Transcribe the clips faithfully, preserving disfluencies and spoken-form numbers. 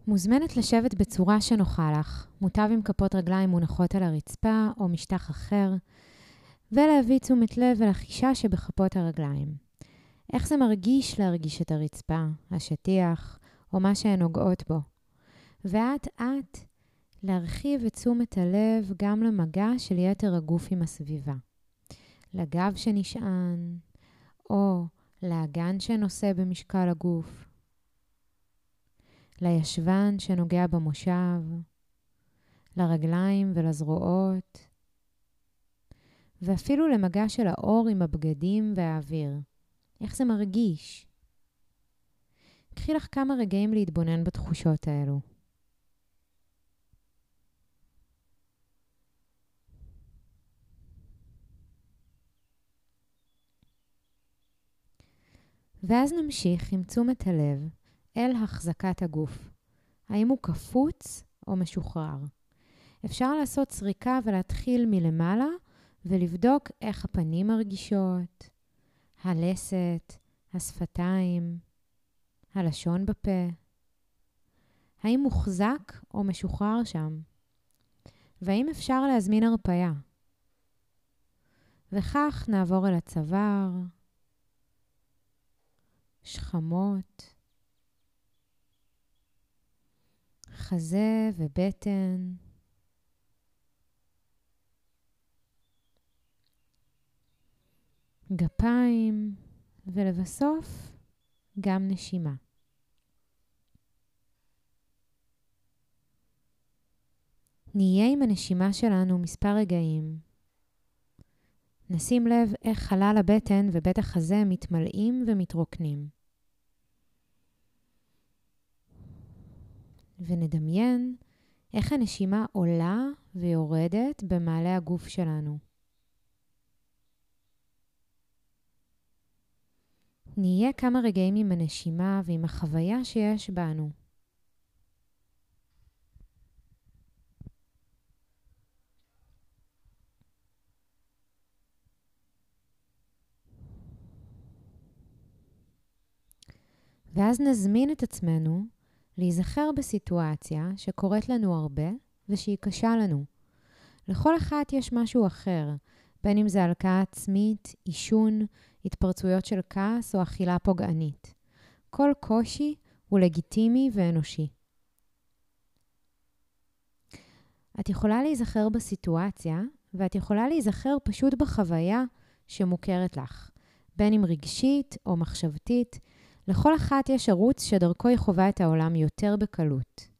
מוזמנת לשבת בצורה שנוחה לך, מוטב עם כפות רגליים מונחות על הרצפה או משטח אחר, ולהביא תשומת לב ולחישה שבכפות הרגליים. איך זה מרגיש להרגיש את הרצפה, השטיח או מה שהן נוגעות בו. ואת את להרחיב את תשומת הלב גם למגע של יתר הגוף עם הסביבה. לגב שנשען או לאגן שנושא במשקל הגוף. לישבן שנוגע במושב, לרגליים ולזרועות, ואפילו למגע של האור עם הבגדים והאוויר. איך זה מרגיש? קחי לך כמה רגעים להתבונן בתחושות האלו. ואז נמשיך עם תשומת הלב אל החזקת הגוף. האם הוא קפוץ או משוחרר? אפשר לעשות סריקה ולהתחיל מלמעלה ולבדוק איך הפנים מרגישות, הלסת, השפתיים, הלשון בפה. האם מוחזק או משוחרר שם? והאם אפשר להזמין הרפיה? וכך נעבור אל הצוואר, שכמות, חזה ובטן, גפיים, ולבסוף גם נשימה. נהיה עם הנשימה שלנו מספר רגעים. נשים לב איך חלל הבטן ובית החזה מתמלאים ומתרוקנים. ונדמיין איך הנשימה עולה ויורדת במעלה הגוף שלנו. נהיה כמה רגעים עם הנשימה ועם החוויה שיש בנו. ואז נזמין את עצמנו להיזכר בסיטואציה שקורית לנו הרבה ושהיא קשה לנו. לכל אחת יש משהו אחר, בין אם זה הלקאה עצמית, עישון, התפרצויות של כעס או אכילה פוגענית. כל קושי הוא לגיטימי ואנושי. את יכולה להיזכר בסיטואציה, ואת יכולה להיזכר פשוט בחוויה שמוכרת לך, בין אם רגשית או מחשבתית. לכל אחת יש ערוץ שדרכו היא חווה את העולם יותר בקלות.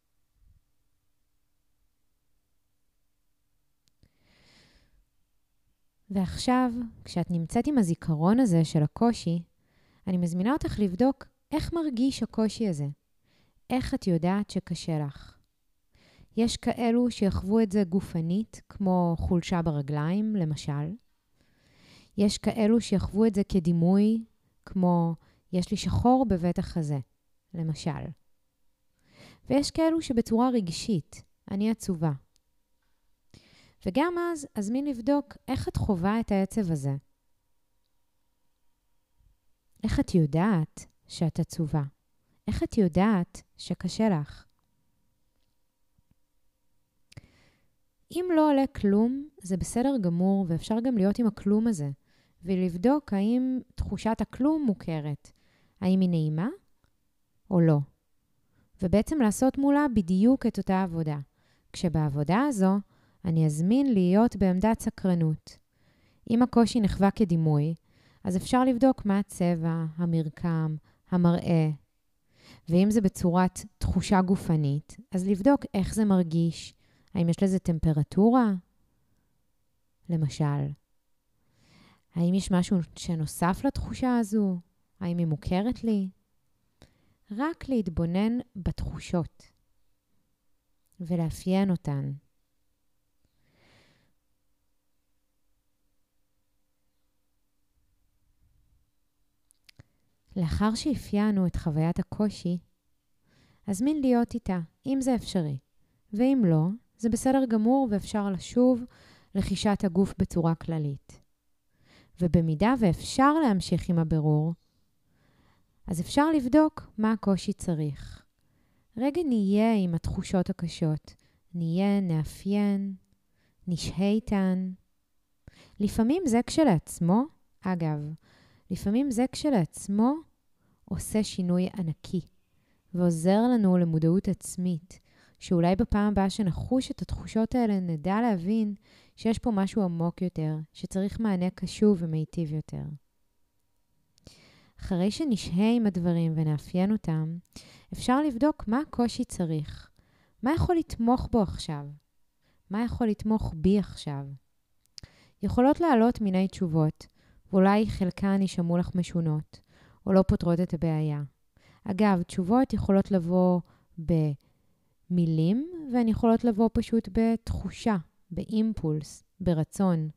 ועכשיו, כשאת נמצאת עם הזיכרון הזה של הקושי, אני מזמינה אותך לבדוק איך מרגיש הקושי הזה. איך את יודעת שקשה לך. יש כאלו שיחוו את זה גופנית, כמו חולשה ברגליים, למשל. יש כאלו שיחוו את זה כדימוי, כמו יש לי שחור בבית החזה, למשל. ויש כאלו שבצורה רגשית, אני עצובה. וגם אז, אזמין לבדוק איך את חווה את העצב הזה. איך את יודעת שאת עצובה? איך את יודעת שקשה לך? אם לא עולה כלום, זה בסדר גמור, ואפשר גם להיות עם הכלום הזה, ולבדוק האם תחושת הכלום מוכרת. האם היא נעימה או לא. ובעצם לעשות מולה בדיוק את אותה עבודה. כשבעבודה הזו, אני אזמין להיות בעמדת סקרנות. אם הקושי נחווה כדימוי, אז אפשר לבדוק מה הצבע, המרקם, המראה. ואם זה בצורת תחושה גופנית, אז לבדוק איך זה מרגיש. האם יש לזה טמפרטורה? למשל. האם יש משהו שנוסף לתחושה הזו? האם היא מוכרת לי? רק להתבונן בתחושות ולאפיין אותן. לאחר שאפיינו את חוויית הקושי, אזמין להיות איתה, אם זה אפשרי. ואם לא, זה בסדר גמור ואפשר לשוב לחישת הגוף בצורה כללית. ובמידה ואפשר להמשיך עם הבירור, אז אפשר לבדוק מה הקושי צריך. רגע נהיה עם התחושות הקשות. נהיה, נאפיין, נשהה איתן. לפעמים זה כשלעצמו, אגב, לפעמים זה כשלעצמו עושה שינוי ענקי, ועוזר לנו למודעות עצמית, שאולי בפעם הבאה שנחוש את התחושות האלה נדע להבין שיש פה משהו עמוק יותר, שצריך מענה קשוב ומיטיב יותר. אחרי שנשהה עם הדברים ונאפיין אותם, אפשר לבדוק מה הקושי צריך, מה יכול לתמוך בו עכשיו, מה יכול לתמוך בי עכשיו. יכולות לעלות מיני תשובות, ואולי חלקן יישמעו לך משונות, או לא פותרות את הבעיה. אגב, תשובות יכולות לבוא במילים, והן יכולות לבוא פשוט בתחושה, באימפולס, ברצון.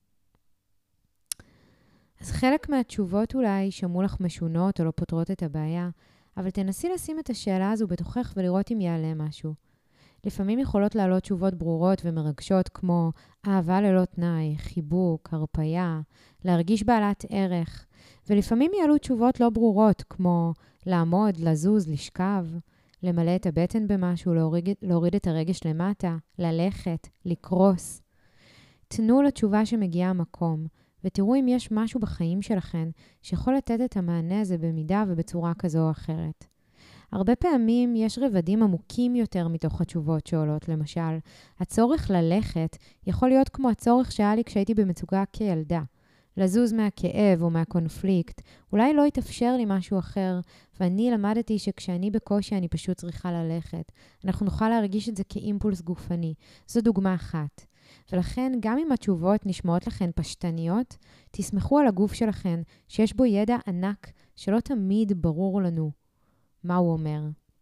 אז חלק מהתשובות אולי יישמעו לך משונות או לא פותרות את הבעיה, אבל תנסי לשים את השאלה הזו בתוכך ולראות אם יעלה משהו. לפעמים יכולות לעלות תשובות ברורות ומרגשות כמו אהבה ללא תנאי, חיבוק, הרפיה, להרגיש בעלת ערך, ולפעמים יעלו תשובות לא ברורות כמו לעמוד, לזוז, לשכב, למלא את הבטן במשהו, להוריד, להוריד את הרגש למטה, ללכת, לקרוס. תנו לתשובה שמגיעה מקום, ותראו אם יש משהו בחיים שלכם שיכול לתת את המענה הזה במידה ובצורה כזו או אחרת. הרבה פעמים יש רבדים עמוקים יותר מתוך התשובות שעולות. למשל, הצורך ללכת יכול להיות כמו הצורך שהיה לי כשהייתי במצוקה כילדה. לזוז מהכאב או מהקונפליקט. אולי לא יתאפשר לי משהו אחר, ואני למדתי שכשאני בקושי אני פשוט צריכה ללכת. אנחנו נוכל להרגיש את זה כאימפולס גופני. זו דוגמה אחת. ולכן, גם אם התשובות נשמעות לכן פשטניות, תסמכו על הגוף שלכן שיש בו ידע ענק שלא תמיד ברור לנו מה הוא אומר.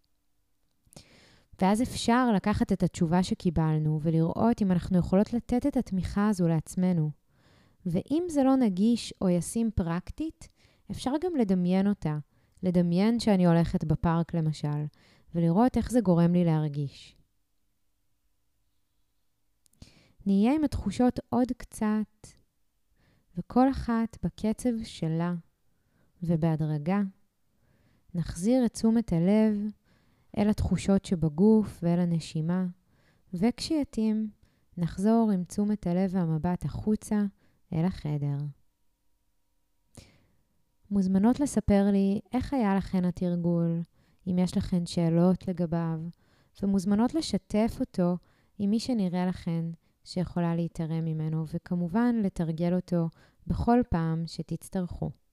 ואז אפשר לקחת את התשובה שקיבלנו ולראות אם אנחנו יכולות לתת את התמיכה הזו לעצמנו. ואם זה לא נגיש או ישים פרקטית, אפשר גם לדמיין אותה. לדמיין שאני הולכת בפארק למשל, ולראות איך זה גורם לי להרגיש. נהיה עם התחושות עוד קצת, וכל אחת בקצב שלה ובהדרגה, נחזיר את תשומת הלב אל התחושות שבגוף ואל הנשימה, וכשיתאים נחזור עם תשומת הלב והמבט החוצה אל החדר. מוזמנות לספר לי איך היה לכן התרגול, אם יש לכן שאלות לגביו, ומוזמנות לשתף אותו עם מי שנראה לכן שיכולה להתערם ממנו, וכמובן לתרגל אותו בכל פעם שתצטרכו.